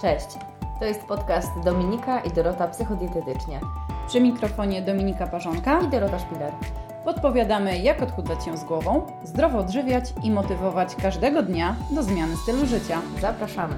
Cześć, to jest podcast Dominika i Dorota Psychodietetycznie. Przy mikrofonie Dominika Parzonka I Dorota Szpiler. Podpowiadamy, jak odchudzać się z głową, zdrowo odżywiać i motywować każdego dnia do zmiany stylu życia. Zapraszamy.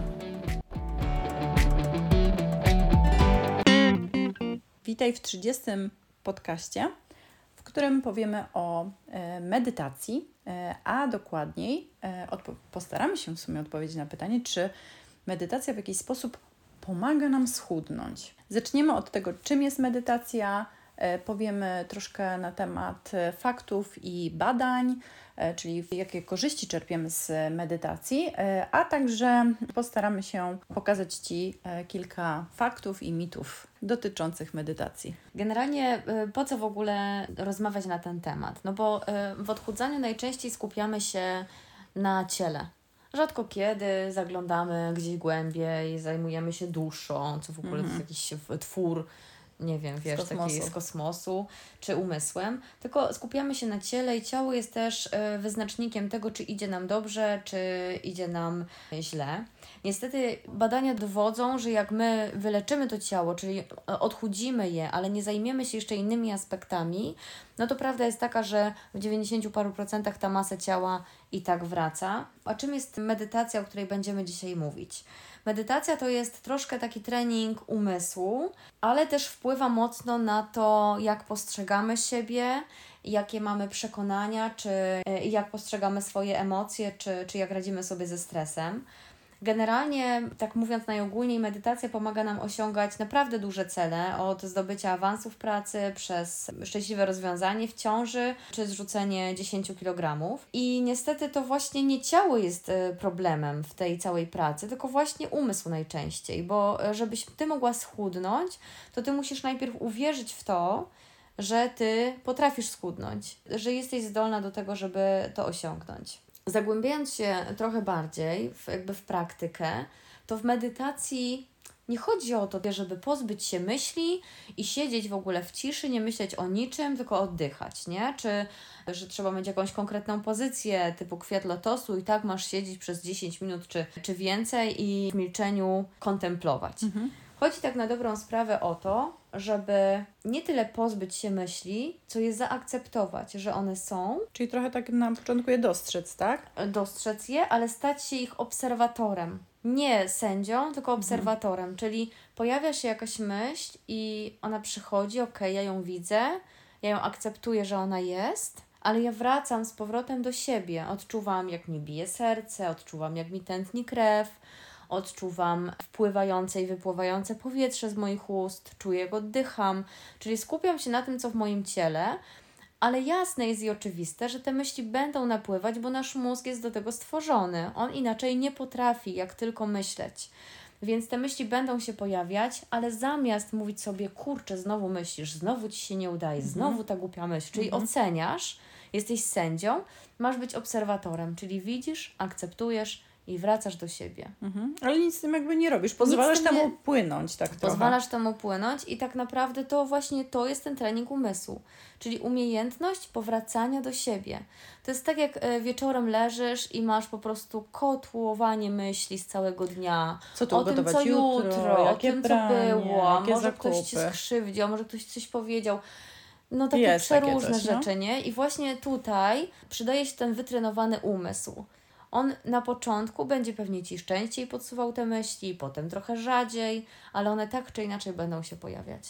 Witaj w 30. podcaście, w którym powiemy o medytacji, a dokładniej postaramy się w sumie odpowiedzieć na pytanie, czy medytacja w jakiś sposób pomaga nam schudnąć. Zaczniemy od tego, czym jest medytacja, powiemy troszkę na temat faktów i badań, czyli jakie korzyści czerpiemy z medytacji, a także postaramy się pokazać Ci kilka faktów i mitów dotyczących medytacji. Generalnie po co w ogóle rozmawiać na ten temat? No bo w odchudzaniu najczęściej skupiamy się na ciele. Rzadko kiedy zaglądamy gdzieś głębiej, zajmujemy się duszą, co w ogóle to jest jakiś twór, nie wiem, wiesz, taki z kosmosu, czy umysłem, tylko skupiamy się na ciele i ciało jest też wyznacznikiem tego, czy idzie nam dobrze, czy idzie nam źle. Niestety badania dowodzą, że jak my wyleczymy to ciało, czyli odchudzimy je, ale nie zajmiemy się jeszcze innymi aspektami, no to prawda jest taka, że w 90 paru procentach ta masa ciała i tak wraca. A czym jest medytacja, o której będziemy dzisiaj mówić? Medytacja to jest troszkę taki trening umysłu, ale też wpływa mocno na to, jak postrzegamy siebie, jakie mamy przekonania, czy jak postrzegamy swoje emocje, czy jak radzimy sobie ze stresem. Generalnie, tak mówiąc najogólniej, medytacja pomaga nam osiągać naprawdę duże cele, od zdobycia awansu w pracy, przez szczęśliwe rozwiązanie w ciąży, czy zrzucenie 10 kg. I niestety to właśnie nie ciało jest problemem w tej całej pracy, tylko właśnie umysł najczęściej, bo żebyś Ty mogła schudnąć, to Ty musisz najpierw uwierzyć w to, że Ty potrafisz schudnąć, że jesteś zdolna do tego, żeby to osiągnąć. Zagłębiając się trochę bardziej w praktykę, to w medytacji nie chodzi o to, żeby pozbyć się myśli i siedzieć w ogóle w ciszy, nie myśleć o niczym, tylko oddychać, nie? Czy że trzeba mieć jakąś konkretną pozycję typu kwiat lotosu i tak masz siedzieć przez 10 minut czy więcej i w milczeniu kontemplować. Chodzi tak na dobrą sprawę o to, żeby nie tyle pozbyć się myśli, co je zaakceptować, że one są. Czyli trochę tak na początku je dostrzec, tak? Dostrzec je, ale stać się ich obserwatorem. Nie sędzią, tylko obserwatorem. Czyli pojawia się jakaś myśl i ona przychodzi, ja ją widzę, ja ją akceptuję, że ona jest, ale ja wracam z powrotem do siebie. Odczuwam, jak mi bije serce, odczuwam, jak mi tętni krew, odczuwam wpływające i wypływające powietrze z moich ust, czuję, jak oddycham, czyli skupiam się na tym, co w moim ciele, ale jasne jest i oczywiste, że te myśli będą napływać, bo nasz mózg jest do tego stworzony. On inaczej nie potrafi, jak tylko myśleć. Więc te myśli będą się pojawiać, ale zamiast mówić sobie, kurczę, znowu myślisz, znowu Ci się nie udaje, znowu ta głupia myśl, czyli oceniasz, jesteś sędzią, masz być obserwatorem, czyli widzisz, akceptujesz i wracasz do siebie. Ale nic z tym jakby nie robisz. Pozwalasz temu płynąć tak trochę. Pozwalasz temu płynąć i tak naprawdę to właśnie to jest ten trening umysłu. Czyli umiejętność powracania do siebie. To jest tak, jak wieczorem leżysz i masz po prostu kotłowanie myśli z całego dnia. Co tu o tym, co jutro, o tym, co było. Może zakupy. Ktoś Ci skrzywdził, może ktoś coś powiedział. No takie jest przeróżne takie coś, rzeczy, nie? I właśnie tutaj przydaje się ten wytrenowany umysł. On na początku będzie pewnie Ci częściej podsuwał te myśli, potem trochę rzadziej, ale one tak czy inaczej będą się pojawiać.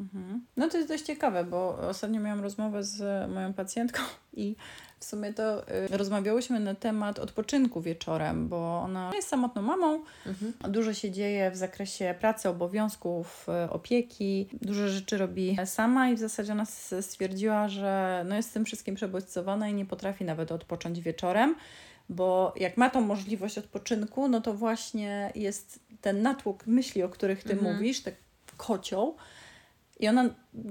No to jest dość ciekawe, bo ostatnio miałam rozmowę z moją pacjentką i w sumie to rozmawiałyśmy na temat odpoczynku wieczorem, bo ona jest samotną mamą, dużo się dzieje w zakresie pracy, obowiązków, opieki, dużo rzeczy robi sama i w zasadzie ona stwierdziła, że jest z tym wszystkim przebodźcowana i nie potrafi nawet odpocząć wieczorem, bo jak ma tą możliwość odpoczynku, no to właśnie jest ten natłok myśli, o których Ty mówisz, tak kocioł, i ona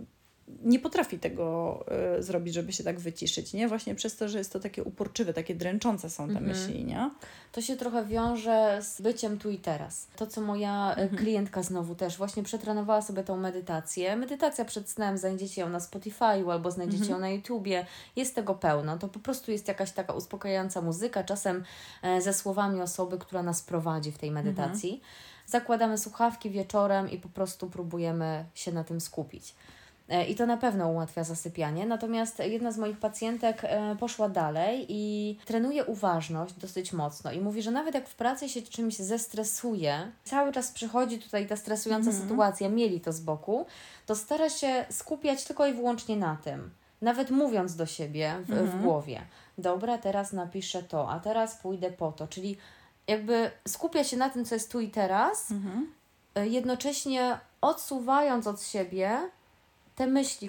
nie potrafi tego zrobić, żeby się tak wyciszyć, nie? Właśnie przez to, że jest to takie uporczywe, takie dręczące są te myśli, nie? To się trochę wiąże z byciem tu i teraz. To, co moja klientka znowu też właśnie przetrenowała sobie tą medytację. Medytacja przed snem, znajdziecie ją na Spotify'u albo znajdziecie ją na YouTubie. Jest tego pełno. To po prostu jest jakaś taka uspokajająca muzyka, czasem ze słowami osoby, która nas prowadzi w tej medytacji. zakładamy słuchawki wieczorem i po prostu próbujemy się na tym skupić. I to na pewno ułatwia zasypianie. Natomiast jedna z moich pacjentek poszła dalej i trenuje uważność dosyć mocno i mówi, że nawet jak w pracy się czymś zestresuje, cały czas przychodzi tutaj ta stresująca sytuacja, mieli to z boku, to stara się skupiać tylko i wyłącznie na tym. Nawet mówiąc do siebie w głowie, dobra, teraz napiszę to, a teraz pójdę po to. Czyli jakby skupia się na tym, co jest tu i teraz, jednocześnie odsuwając od siebie te myśli,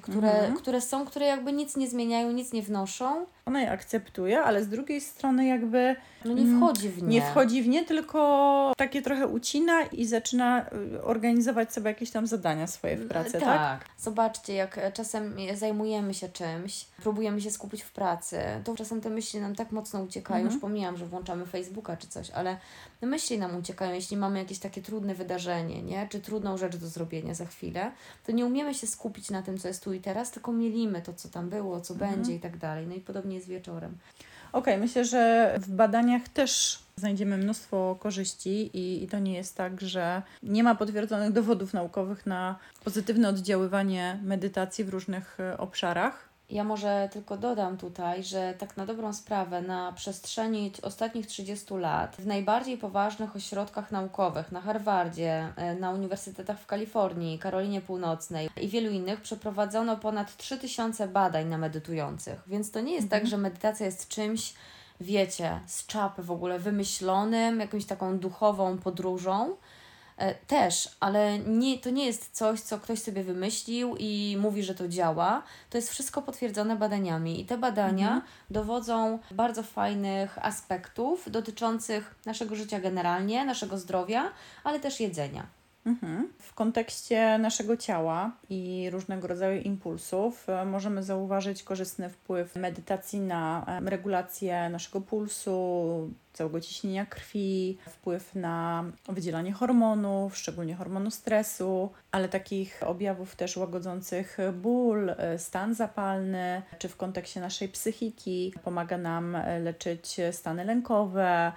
które jakby nic nie zmieniają, nic nie wnoszą. Ona je akceptuje, ale z drugiej strony jakby nie wchodzi w nie. Nie wchodzi w nie, tylko takie trochę ucina i zaczyna organizować sobie jakieś tam zadania swoje w pracy, tak? Zobaczcie, jak czasem zajmujemy się czymś, próbujemy się skupić w pracy, to czasem te myśli nam tak mocno uciekają, już pomijam, że włączamy Facebooka czy coś, ale te myśli nam uciekają, jeśli mamy jakieś takie trudne wydarzenie, nie? Czy trudną rzecz do zrobienia za chwilę, to nie umiemy się skupić na tym, co jest tu i teraz, tylko mielimy to, co tam było, co będzie i tak dalej. No i podobnie jest wieczorem. Okej, myślę, że w badaniach też znajdziemy mnóstwo korzyści i to nie jest tak, że nie ma potwierdzonych dowodów naukowych na pozytywne oddziaływanie medytacji w różnych obszarach. Ja może tylko dodam tutaj, że tak na dobrą sprawę na przestrzeni ostatnich 30 lat w najbardziej poważnych ośrodkach naukowych, na Harvardzie, na uniwersytetach w Kalifornii, Karolinie Północnej i wielu innych przeprowadzono ponad 3000 badań na medytujących. Więc to nie jest tak, że medytacja jest czymś, wiecie, z czapy w ogóle wymyślonym, jakąś taką duchową podróżą. Też, ale to nie jest coś, co ktoś sobie wymyślił i mówi, że to działa. To jest wszystko potwierdzone badaniami i te badania dowodzą bardzo fajnych aspektów dotyczących naszego życia generalnie, naszego zdrowia, ale też jedzenia. W kontekście naszego ciała i różnego rodzaju impulsów możemy zauważyć korzystny wpływ medytacji na regulację naszego pulsu, całego ciśnienia krwi, wpływ na wydzielanie hormonów, szczególnie hormonu stresu, ale takich objawów też łagodzących ból, stan zapalny, czy w kontekście naszej psychiki pomaga nam leczyć stany lękowe,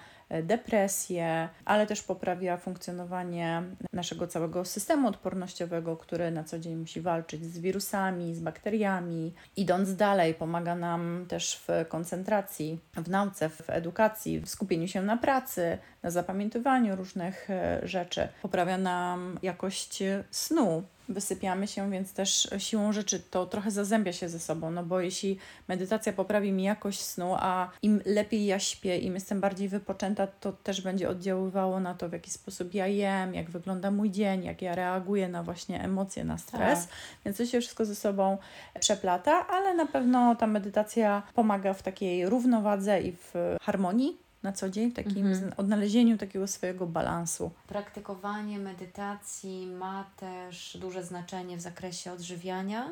depresję, ale też poprawia funkcjonowanie naszego całego systemu odpornościowego, który na co dzień musi walczyć z wirusami, z bakteriami. Idąc dalej, pomaga nam też w koncentracji, w nauce, w edukacji, w skupieniu się na pracy, na zapamiętywaniu różnych rzeczy. Poprawia nam jakość snu. Wysypiamy się, więc też siłą rzeczy to trochę zazębia się ze sobą, no bo jeśli medytacja poprawi mi jakość snu, a im lepiej ja śpię, im jestem bardziej wypoczęta, to też będzie oddziaływało na to, w jaki sposób ja jem, jak wygląda mój dzień, jak ja reaguję na właśnie emocje, na stres, więc to się wszystko ze sobą przeplata, ale na pewno ta medytacja pomaga w takiej równowadze i w harmonii na co dzień, w takim odnalezieniu takiego swojego balansu. Praktykowanie medytacji ma też duże znaczenie w zakresie odżywiania.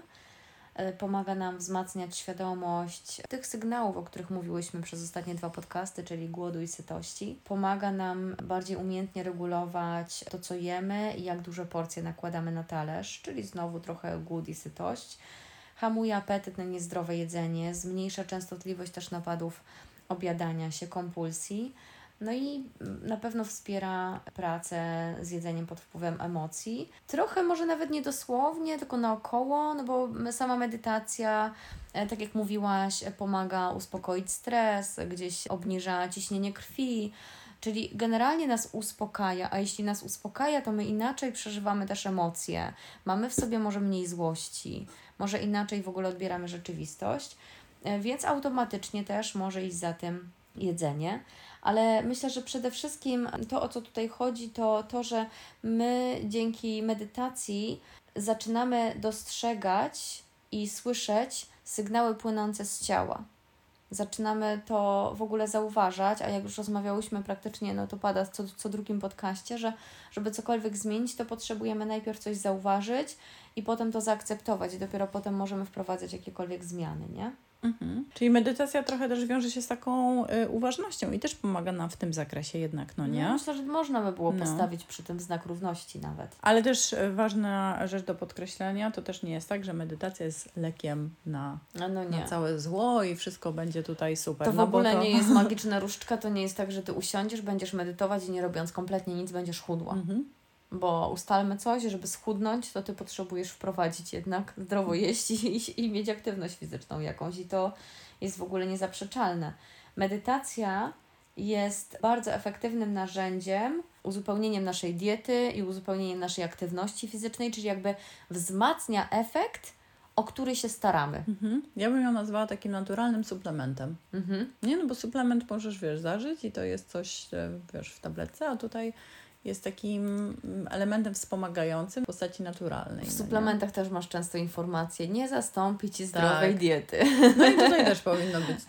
Pomaga nam wzmacniać świadomość tych sygnałów, o których mówiłyśmy przez ostatnie 2 podcasty, czyli głodu i sytości. Pomaga nam bardziej umiejętnie regulować to, co jemy i jak duże porcje nakładamy na talerz, czyli znowu trochę głód i sytość. Hamuje apetyt na niezdrowe jedzenie, zmniejsza częstotliwość też napadów objadania się, kompulsji. No i na pewno wspiera pracę z jedzeniem pod wpływem emocji. Trochę może nawet nie dosłownie, tylko naokoło, no bo sama medytacja, tak jak mówiłaś, pomaga uspokoić stres, gdzieś obniża ciśnienie krwi, czyli generalnie nas uspokaja, a jeśli nas uspokaja, to my inaczej przeżywamy też emocje. Mamy w sobie może mniej złości, może inaczej w ogóle odbieramy rzeczywistość, więc automatycznie też może iść za tym jedzenie. Ale myślę, że przede wszystkim to, o co tutaj chodzi, to, że my dzięki medytacji zaczynamy dostrzegać i słyszeć sygnały płynące z ciała. Zaczynamy to w ogóle zauważać, a jak już rozmawiałyśmy praktycznie, no to pada co drugim podcaście, że żeby cokolwiek zmienić, to potrzebujemy najpierw coś zauważyć i potem to zaakceptować i dopiero potem możemy wprowadzać jakiekolwiek zmiany, nie? Czyli medytacja trochę też wiąże się z taką uważnością i też pomaga nam w tym zakresie jednak, no nie? No, myślę, że można by było postawić przy tym znak równości nawet. Ale też ważna rzecz do podkreślenia, to też nie jest tak, że medytacja jest lekiem na całe zło i wszystko będzie tutaj super. To w ogóle nie jest magiczna różdżka, to nie jest tak, że ty usiądziesz, będziesz medytować i nie robiąc kompletnie nic, będziesz chudła. Bo ustalmy coś, żeby schudnąć, to Ty potrzebujesz wprowadzić jednak zdrowo jeść i mieć aktywność fizyczną jakąś. I to jest w ogóle niezaprzeczalne. Medytacja jest bardzo efektywnym narzędziem, uzupełnieniem naszej diety i uzupełnieniem naszej aktywności fizycznej, czyli jakby wzmacnia efekt, o który się staramy. Ja bym ją nazwała takim naturalnym suplementem. Nie, no bo suplement możesz, zażyć i to jest coś, w tabletce, a tutaj jest takim elementem wspomagającym w postaci naturalnej. W suplementach też masz często informacje, nie zastąpi Ci zdrowej diety. No i tutaj też powinno być,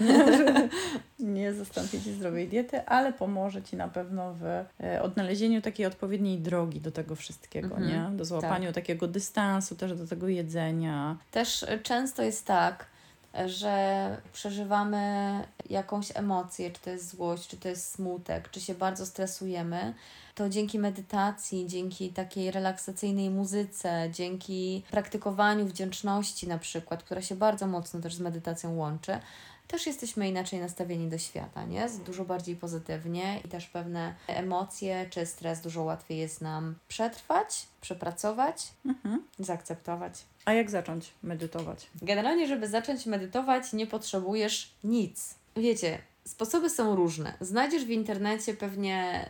nie zastąpi Ci zdrowej diety, ale pomoże Ci na pewno w odnalezieniu takiej odpowiedniej drogi do tego wszystkiego, nie? Do złapaniu takiego dystansu też do tego jedzenia. Też często jest tak, że przeżywamy jakąś emocję, czy to jest złość, czy to jest smutek, czy się bardzo stresujemy, to dzięki medytacji, dzięki takiej relaksacyjnej muzyce, dzięki praktykowaniu wdzięczności na przykład, która się bardzo mocno też z medytacją łączy, też jesteśmy inaczej nastawieni do świata, nie? Dużo bardziej pozytywnie i też pewne emocje czy stres dużo łatwiej jest nam przetrwać, przepracować, zaakceptować. A jak zacząć medytować? Generalnie, żeby zacząć medytować, nie potrzebujesz nic. Wiecie, sposoby są różne. Znajdziesz w internecie pewnie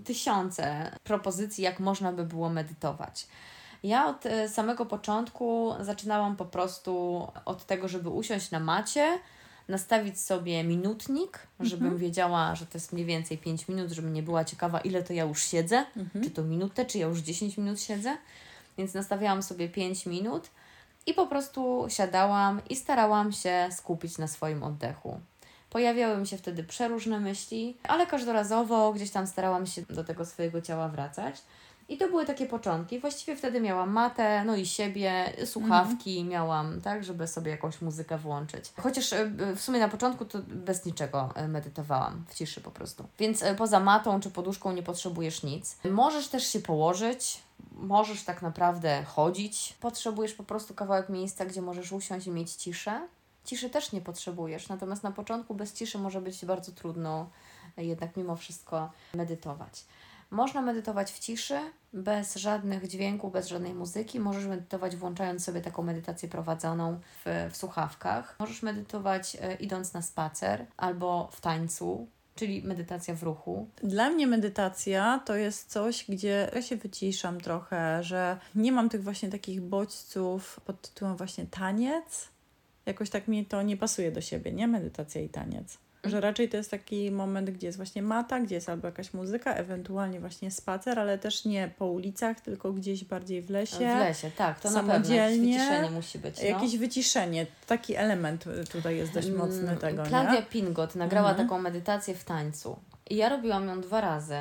tysiące propozycji, jak można by było medytować. Ja od samego początku zaczynałam po prostu od tego, żeby usiąść na macie, nastawić sobie minutnik, żebym wiedziała, że to jest mniej więcej 5 minut, żebym nie była ciekawa, ile to ja już siedzę, czy to minutę, czy ja już 10 minut siedzę. Więc nastawiałam sobie 5 minut i po prostu siadałam i starałam się skupić na swoim oddechu. Pojawiały mi się wtedy przeróżne myśli, ale każdorazowo gdzieś tam starałam się do tego swojego ciała wracać. I to były takie początki. Właściwie wtedy miałam matę, no i siebie, słuchawki miałam, tak, żeby sobie jakąś muzykę włączyć. Chociaż w sumie na początku to bez niczego medytowałam, w ciszy po prostu. Więc poza matą czy poduszką nie potrzebujesz nic. Możesz też się położyć, możesz tak naprawdę chodzić. Potrzebujesz po prostu kawałek miejsca, gdzie możesz usiąść i mieć ciszę. Ciszy też nie potrzebujesz, natomiast na początku bez ciszy może być bardzo trudno jednak mimo wszystko medytować. Można medytować w ciszy, bez żadnych dźwięków, bez żadnej muzyki. Możesz medytować włączając sobie taką medytację prowadzoną w słuchawkach. Możesz medytować idąc na spacer albo w tańcu, czyli medytacja w ruchu. Dla mnie medytacja to jest coś, gdzie ja się wyciszam trochę, że nie mam tych właśnie takich bodźców pod tytułem właśnie taniec. Jakoś tak mi to nie pasuje do siebie, nie? Medytacja i taniec. Że raczej to jest taki moment, gdzie jest właśnie mata, gdzie jest albo jakaś muzyka, ewentualnie właśnie spacer, ale też nie po ulicach, tylko gdzieś bardziej w lesie. W lesie, tak, to na pewno jakieś wyciszenie musi być. Jakieś wyciszenie, taki element tutaj jest dość mocny tego, Klaudia Pingot nagrała taką medytację w tańcu i ja robiłam ją 2 razy.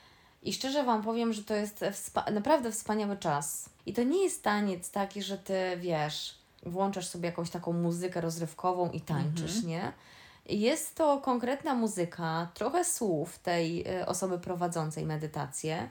I szczerze Wam powiem, że to jest naprawdę wspaniały czas. I to nie jest taniec taki, że Ty, włączasz sobie jakąś taką muzykę rozrywkową i tańczysz, nie? Jest to konkretna muzyka, trochę słów tej osoby prowadzącej medytację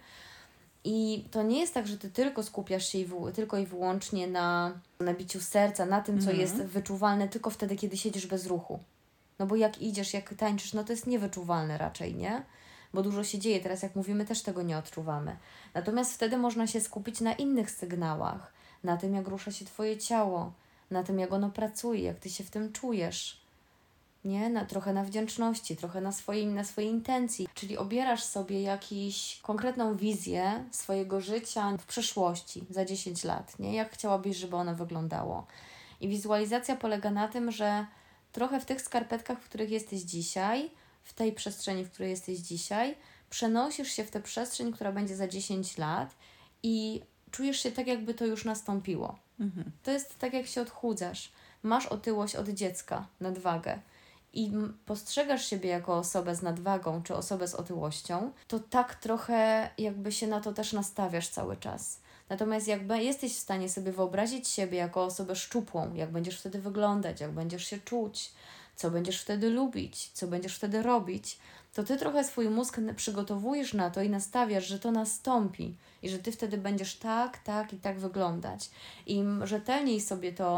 i to nie jest tak, że Ty tylko skupiasz się tylko i wyłącznie na biciu serca, na tym, co jest wyczuwalne tylko wtedy, kiedy siedzisz bez ruchu. No bo jak idziesz, jak tańczysz, no to jest niewyczuwalne raczej, nie? Bo dużo się dzieje, teraz jak mówimy też tego nie odczuwamy. Natomiast wtedy można się skupić na innych sygnałach, na tym, jak rusza się Twoje ciało, na tym, jak ono pracuje, jak Ty się w tym czujesz. Nie? Trochę na wdzięczności, trochę na swojej intencji. Czyli obierasz sobie jakąś konkretną wizję swojego życia w przyszłości, za 10 lat. Nie? Jak chciałabyś, żeby ono wyglądało. I wizualizacja polega na tym, że trochę w tych skarpetkach, w których jesteś dzisiaj, w tej przestrzeni, w której jesteś dzisiaj, przenosisz się w tę przestrzeń, która będzie za 10 lat i czujesz się tak, jakby to już nastąpiło. To jest tak, jak się odchudzasz. Masz otyłość od dziecka, nadwagę. I postrzegasz siebie jako osobę z nadwagą czy osobę z otyłością, to tak trochę jakby się na to też nastawiasz cały czas. Natomiast jakby jesteś w stanie sobie wyobrazić siebie jako osobę szczupłą, jak będziesz wtedy wyglądać, jak będziesz się czuć, co będziesz wtedy lubić, co będziesz wtedy robić, to Ty trochę swój mózg przygotowujesz na to i nastawiasz, że to nastąpi i że Ty wtedy będziesz tak i tak wyglądać. Im rzetelniej sobie to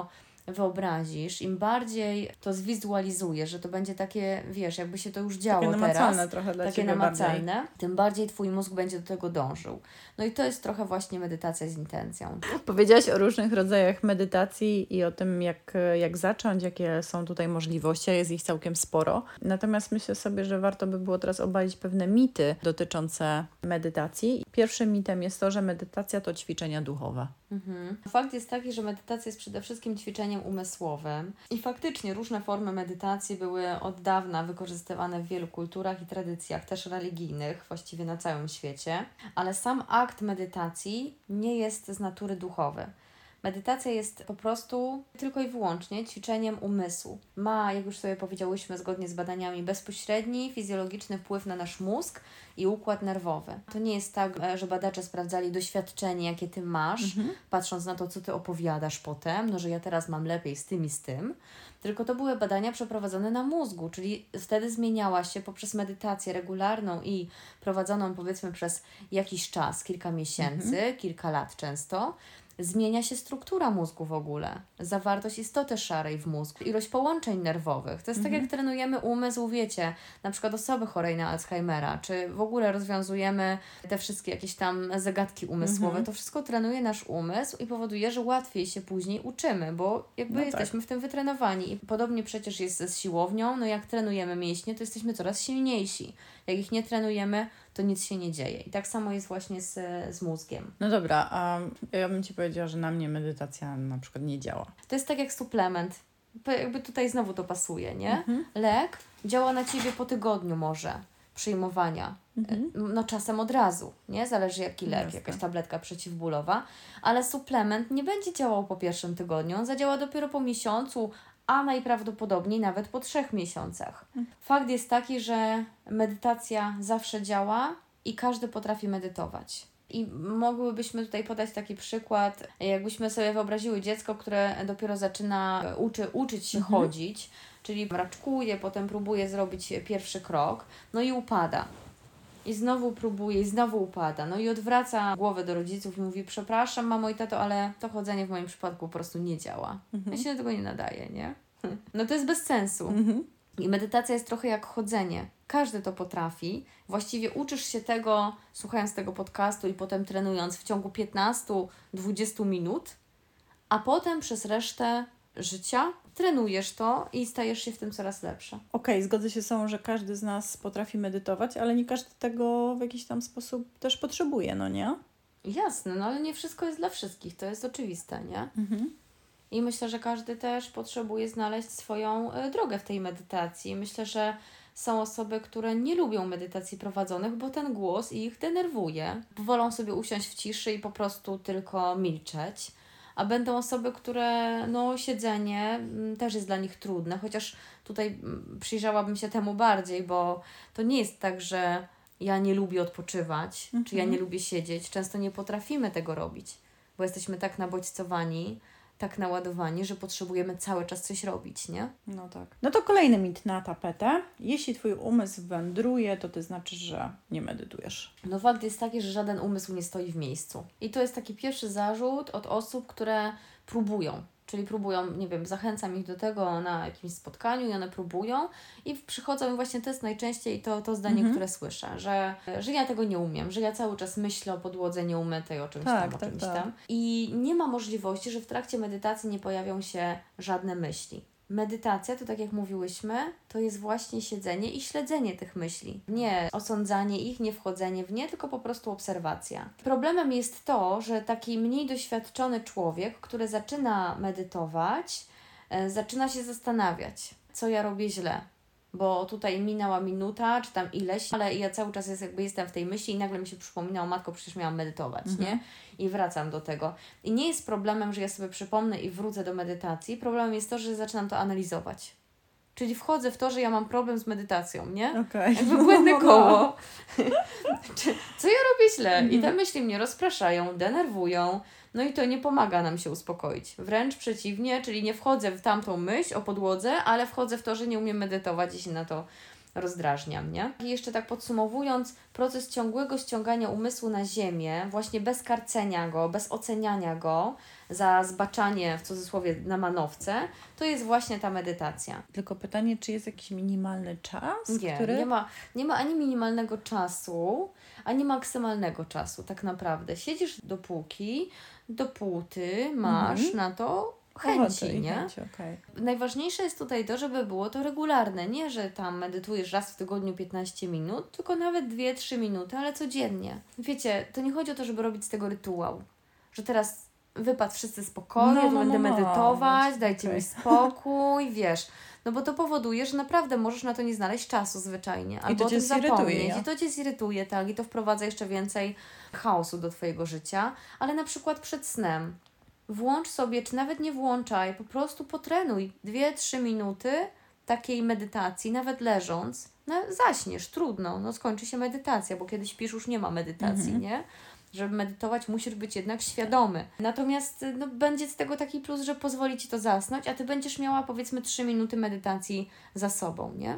wyobrazisz, im bardziej to zwizualizujesz, że to będzie takie, wiesz, jakby się to już działo takie namacalne teraz, trochę dla takie ciebie namacalne, bardziej. tym bardziej Twój mózg będzie do tego dążył. No i to jest trochę właśnie medytacja z intencją. Powiedziałaś o różnych rodzajach medytacji i o tym, jak zacząć, jakie są tutaj możliwości, a jest ich całkiem sporo. Natomiast myślę sobie, że warto by było teraz obalić pewne mity dotyczące medytacji. Pierwszym mitem jest to, że medytacja to ćwiczenia duchowe. Fakt jest taki, że medytacja jest przede wszystkim ćwiczeniem umysłowym i faktycznie różne formy medytacji były od dawna wykorzystywane w wielu kulturach i tradycjach, też religijnych, właściwie na całym świecie, ale sam akt medytacji nie jest z natury duchowy. Medytacja jest po prostu tylko i wyłącznie ćwiczeniem umysłu. Ma, jak już sobie powiedziałyśmy, zgodnie z badaniami, bezpośredni fizjologiczny wpływ na nasz mózg i układ nerwowy. To nie jest tak, że badacze sprawdzali doświadczenie, jakie Ty masz, patrząc na to, co Ty opowiadasz potem, no że ja teraz mam lepiej z tym i z tym, tylko to były badania przeprowadzone na mózgu, czyli wtedy zmieniała się poprzez medytację regularną i prowadzoną powiedzmy przez jakiś czas, kilka miesięcy, kilka lat często, zmienia się struktura mózgu w ogóle, zawartość istoty szarej w mózgu, ilość połączeń nerwowych. To jest tak, jak trenujemy umysł, wiecie, na przykład osoby chorej na Alzheimera, czy w ogóle rozwiązujemy te wszystkie jakieś tam zagadki umysłowe. To wszystko trenuje nasz umysł i powoduje, że łatwiej się później uczymy, bo jakby jesteśmy w tym wytrenowani. I podobnie przecież jest z siłownią, no jak trenujemy mięśnie, to jesteśmy coraz silniejsi. Jak ich nie trenujemy, to nic się nie dzieje. I tak samo jest właśnie z mózgiem. No dobra, a ja bym Ci powiedziała, że na mnie medytacja na przykład nie działa. To jest tak jak suplement. Jakby tutaj znowu to pasuje, nie? Lek działa na Ciebie po tygodniu może przyjmowania. No czasem od razu, nie? Zależy jaki lek, Jasne. jakaś tabletka przeciwbólowa. Ale suplement nie będzie działał po pierwszym tygodniu. On zadziała dopiero po miesiącu, a najprawdopodobniej nawet po 3 miesiącach. Fakt jest taki, że medytacja zawsze działa i każdy potrafi medytować. I mogłybyśmy tutaj podać taki przykład, jakbyśmy sobie wyobraziły dziecko, które dopiero zaczyna uczyć się chodzić, czyli raczkuje, potem próbuje zrobić pierwszy krok, no i upada. I znowu próbuje, i znowu upada. No i odwraca głowę do rodziców i mówi: przepraszam, mamo i tato, ale to chodzenie w moim przypadku po prostu nie działa. Ja się do tego nie nadaję, nie? No to jest bez sensu. I medytacja jest trochę jak chodzenie. Każdy to potrafi. Właściwie uczysz się tego, słuchając tego podcastu i potem trenując w ciągu 15-20 minut, a potem przez resztę życia trenujesz to i stajesz się w tym coraz lepsza. Okej, zgodzę się z sobą, że każdy z nas potrafi medytować, ale nie każdy tego w jakiś tam sposób też potrzebuje, no nie? Jasne, no ale nie wszystko jest dla wszystkich, to jest oczywiste, nie? I myślę, że każdy też potrzebuje znaleźć swoją drogę w tej medytacji. Myślę, że są osoby, które nie lubią medytacji prowadzonych, bo ten głos ich denerwuje. Wolą sobie usiąść w ciszy i po prostu tylko milczeć. A będą osoby, które siedzenie też jest dla nich trudne, chociaż tutaj przyjrzałabym się temu bardziej, bo to nie jest tak, że ja nie lubię odpoczywać, czy ja nie lubię siedzieć. Często nie potrafimy tego robić, bo jesteśmy tak nabodźcowani, tak naładowani, że potrzebujemy cały czas coś robić, nie? No tak. No to kolejny mit na tapetę. Jeśli Twój umysł wędruje, to znaczy, że nie medytujesz. No fakt jest taki, że żaden umysł nie stoi w miejscu. I to jest taki pierwszy zarzut od osób, które próbują. Czyli próbują, nie wiem, zachęcam ich do tego na jakimś spotkaniu i one próbują i przychodzą i właśnie to jest najczęściej to zdanie, które słyszę, że ja tego nie umiem, że ja cały czas myślę o podłodze nieumytej, o czymś tam. I nie ma możliwości, że w trakcie medytacji nie pojawią się żadne myśli. Medytacja, to tak jak mówiłyśmy, to jest właśnie siedzenie i śledzenie tych myśli. Nie osądzanie ich, nie wchodzenie w nie, tylko po prostu obserwacja. Problemem jest to, że taki mniej doświadczony człowiek, który zaczyna medytować, zaczyna się zastanawiać, co ja robię źle. Bo tutaj minęła minuta, czy tam ileś, ale ja cały czas jestem w tej myśli i nagle mi się przypomina: o matko, przecież miałam medytować, nie? I wracam do tego. I nie jest problemem, że ja sobie przypomnę i wrócę do medytacji. Problemem jest to, że zaczynam to analizować. Czyli wchodzę w to, że ja mam problem z medytacją, nie? Okej. Jakby błędne koło. Co ja robię źle? I te myśli mnie rozpraszają, denerwują. No i to nie pomaga nam się uspokoić. Wręcz przeciwnie, czyli nie wchodzę w tamtą myśl o podłodze, ale wchodzę w to, że nie umiem medytować i się na to rozdrażnia mnie. I jeszcze tak podsumowując, proces ciągłego ściągania umysłu na ziemię, właśnie bez karcenia go, bez oceniania go, za zbaczanie, w cudzysłowie, na manowce, to jest właśnie ta medytacja. Tylko pytanie, czy jest jakiś minimalny czas? Nie ma ani minimalnego czasu, ani maksymalnego czasu tak naprawdę. Siedzisz dopóty masz na to chęci, nie? Okay. Najważniejsze jest tutaj to, żeby było to regularne. Nie, że tam medytujesz raz w tygodniu 15 minut, tylko nawet 2-3 minuty, ale codziennie. Wiecie, to nie chodzi o to, żeby robić z tego rytuał. Że teraz wypadł wszyscy spokojnie, będę medytować, dajcie mi spokój, wiesz. No bo to powoduje, że naprawdę możesz na to nie znaleźć czasu zwyczajnie. Albo o tym zapomnieć. I to Cię zirytuje, tak? I to wprowadza jeszcze więcej chaosu do Twojego życia. Ale na przykład przed snem włącz sobie, czy nawet nie włączaj, po prostu potrenuj 2-3 minuty takiej medytacji, nawet leżąc. Zaśniesz, trudno, skończy się medytacja, bo kiedy śpisz już nie ma medytacji, nie? Żeby medytować, musisz być jednak świadomy. Natomiast będzie z tego taki plus, że pozwoli Ci to zasnąć, a Ty będziesz miała powiedzmy 3 minuty medytacji za sobą, nie?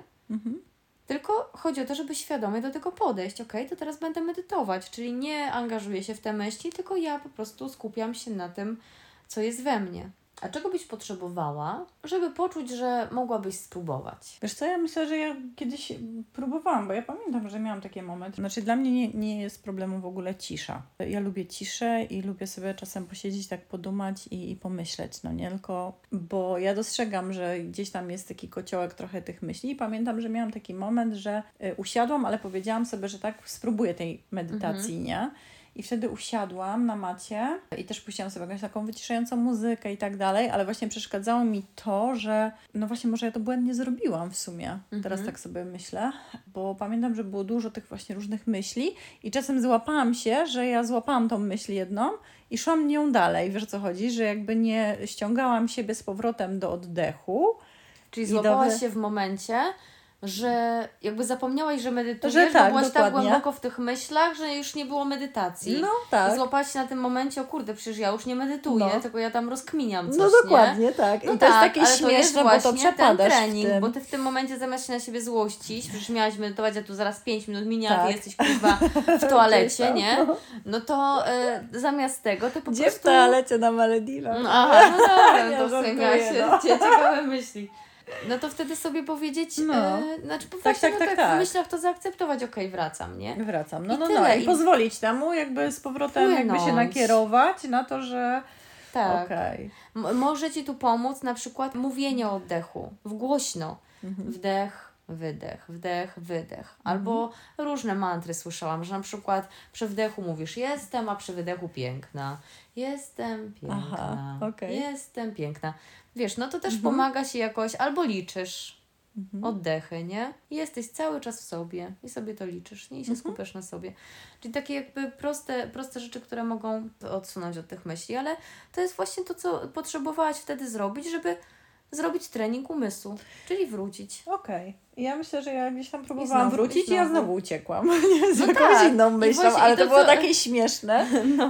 Tylko chodzi o to, żeby świadomie do tego podejść. To teraz będę medytować, czyli nie angażuję się w te myśli, tylko ja po prostu skupiam się na tym, co jest we mnie. A czego byś potrzebowała, żeby poczuć, że mogłabyś spróbować? Wiesz co, ja myślę, że ja kiedyś próbowałam, bo ja pamiętam, że miałam taki moment. Znaczy dla mnie nie jest problemem w ogóle cisza. Ja lubię ciszę i lubię sobie czasem posiedzieć, tak podumać i pomyśleć, nie? Tylko, bo ja dostrzegam, że gdzieś tam jest taki kociołek trochę tych myśli i pamiętam, że miałam taki moment, że usiadłam, ale powiedziałam sobie, że tak spróbuję tej medytacji, nie? I wtedy usiadłam na macie i też puściłam sobie jakąś taką wyciszającą muzykę i tak dalej, ale właśnie przeszkadzało mi to, że właśnie może ja to błędnie zrobiłam w sumie. Teraz tak sobie myślę, bo pamiętam, że było dużo tych właśnie różnych myśli i czasem złapałam się, że ja złapałam tą myśl jedną i szłam nią dalej. Wiesz o co chodzi? Że jakby nie ściągałam siebie z powrotem do oddechu. Czyli złapałaś się w momencie, że jakby zapomniałaś, że medytujesz, bo byłaś tak głęboko w tych myślach, że już nie było medytacji. I złapałaś się na tym momencie, o kurde, przecież ja już nie medytuję, tylko ja tam rozkminiam coś, dokładnie, tak. I to jest takie śmieszne, bo to przepadasz ten trening, bo Ty w tym momencie zamiast się na siebie złościć, przecież miałaś medytować, a tu zaraz 5 minut minie, a Ty jesteś kurwa w toalecie, nie? No to zamiast tego to po prostu... Gdzie w toalecie na Malediwach? Aha, to w sumie miałaś ciekawe myśli. No to wtedy sobie powiedzieć, w myślach to zaakceptować, wracam, nie? Wracam, I pozwolić temu jakby z powrotem jakby się nakierować na to, że może Ci tu pomóc na przykład mówienie o oddechu, głośno. Wdech, wydech, wdech, wydech. Albo różne mantry słyszałam, że na przykład przy wdechu mówisz jestem, a przy wydechu piękna. Jestem piękna. Jestem piękna. Wiesz, to też pomaga się jakoś, albo liczysz oddechy, nie? I jesteś cały czas w sobie i sobie to liczysz, nie? I się skupiasz na sobie. Czyli takie jakby proste rzeczy, które mogą odsunąć od tych myśli, ale to jest właśnie to, co potrzebowałaś wtedy zrobić, żeby zrobić trening umysłu, czyli wrócić. Ja myślę, że ja gdzieś tam próbowałam wrócić i ja znowu uciekłam. Z jakąś inną myślą, ale to było takie śmieszne.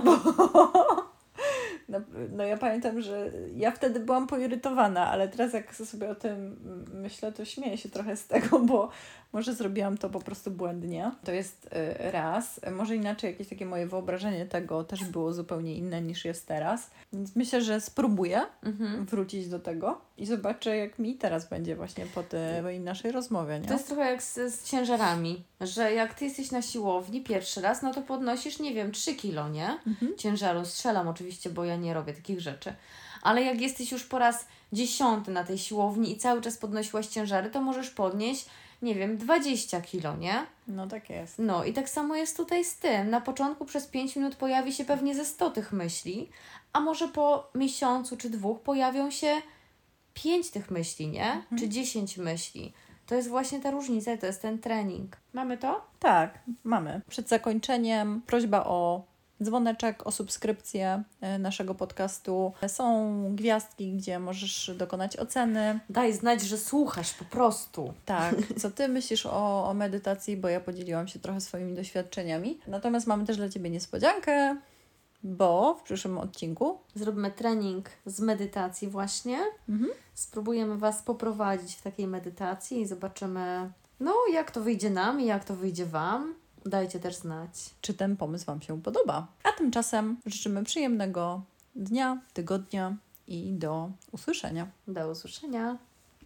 Ja pamiętam, że ja wtedy byłam poirytowana, ale teraz jak sobie o tym myślę, to śmieję się trochę z tego, bo może zrobiłam to po prostu błędnie. To jest raz. Może inaczej jakieś takie moje wyobrażenie tego też było zupełnie inne niż jest teraz. Więc myślę, że spróbuję wrócić do tego i zobaczę, jak mi teraz będzie właśnie po tej naszej rozmowie. Nie? To jest trochę jak z ciężarami, że jak Ty jesteś na siłowni pierwszy raz, to podnosisz, 3 kilo, nie? Ciężaru. Strzelam oczywiście, bo ja nie robię takich rzeczy. Ale jak jesteś już po raz 10 na tej siłowni i cały czas podnosiłaś ciężary, to możesz podnieść 20 kilo, nie? Tak jest. I tak samo jest tutaj z tym. Na początku przez 5 minut pojawi się pewnie ze 100 tych myśli, a może po miesiącu czy 2 pojawią się 5 tych myśli, nie? Czy 10 myśli. To jest właśnie ta różnica i to jest ten trening. Mamy to? Tak, mamy. Przed zakończeniem prośba o dzwoneczek, o subskrypcję naszego podcastu. Są gwiazdki, gdzie możesz dokonać oceny. Daj znać, że słuchasz po prostu. Tak, co Ty myślisz o medytacji, bo ja podzieliłam się trochę swoimi doświadczeniami. Natomiast mamy też dla Ciebie niespodziankę, bo w przyszłym odcinku zrobimy trening z medytacji właśnie. Spróbujemy Was poprowadzić w takiej medytacji i zobaczymy, No, jak to wyjdzie nam i jak to wyjdzie Wam, dajcie też znać. Czy ten pomysł Wam się podoba? A tymczasem życzymy przyjemnego dnia, tygodnia i do usłyszenia. Do usłyszenia.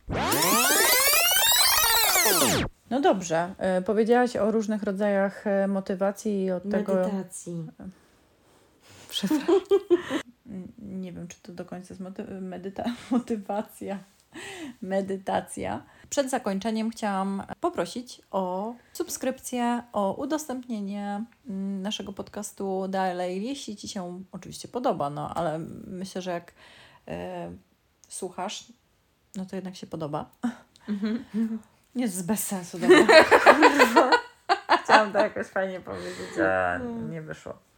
No dobrze, powiedziałaś o różnych rodzajach motywacji i od tego... Medytacji. Nie wiem, czy to do końca jest motywacja. Medytacja. Przed zakończeniem chciałam poprosić o subskrypcję, o udostępnienie naszego podcastu dalej, jeśli Ci się oczywiście podoba, no ale myślę, że jak słuchasz, no to jednak się podoba. Nie, to jest bez sensu. Dobra. Chciałam to jakoś fajnie powiedzieć, a nie wyszło.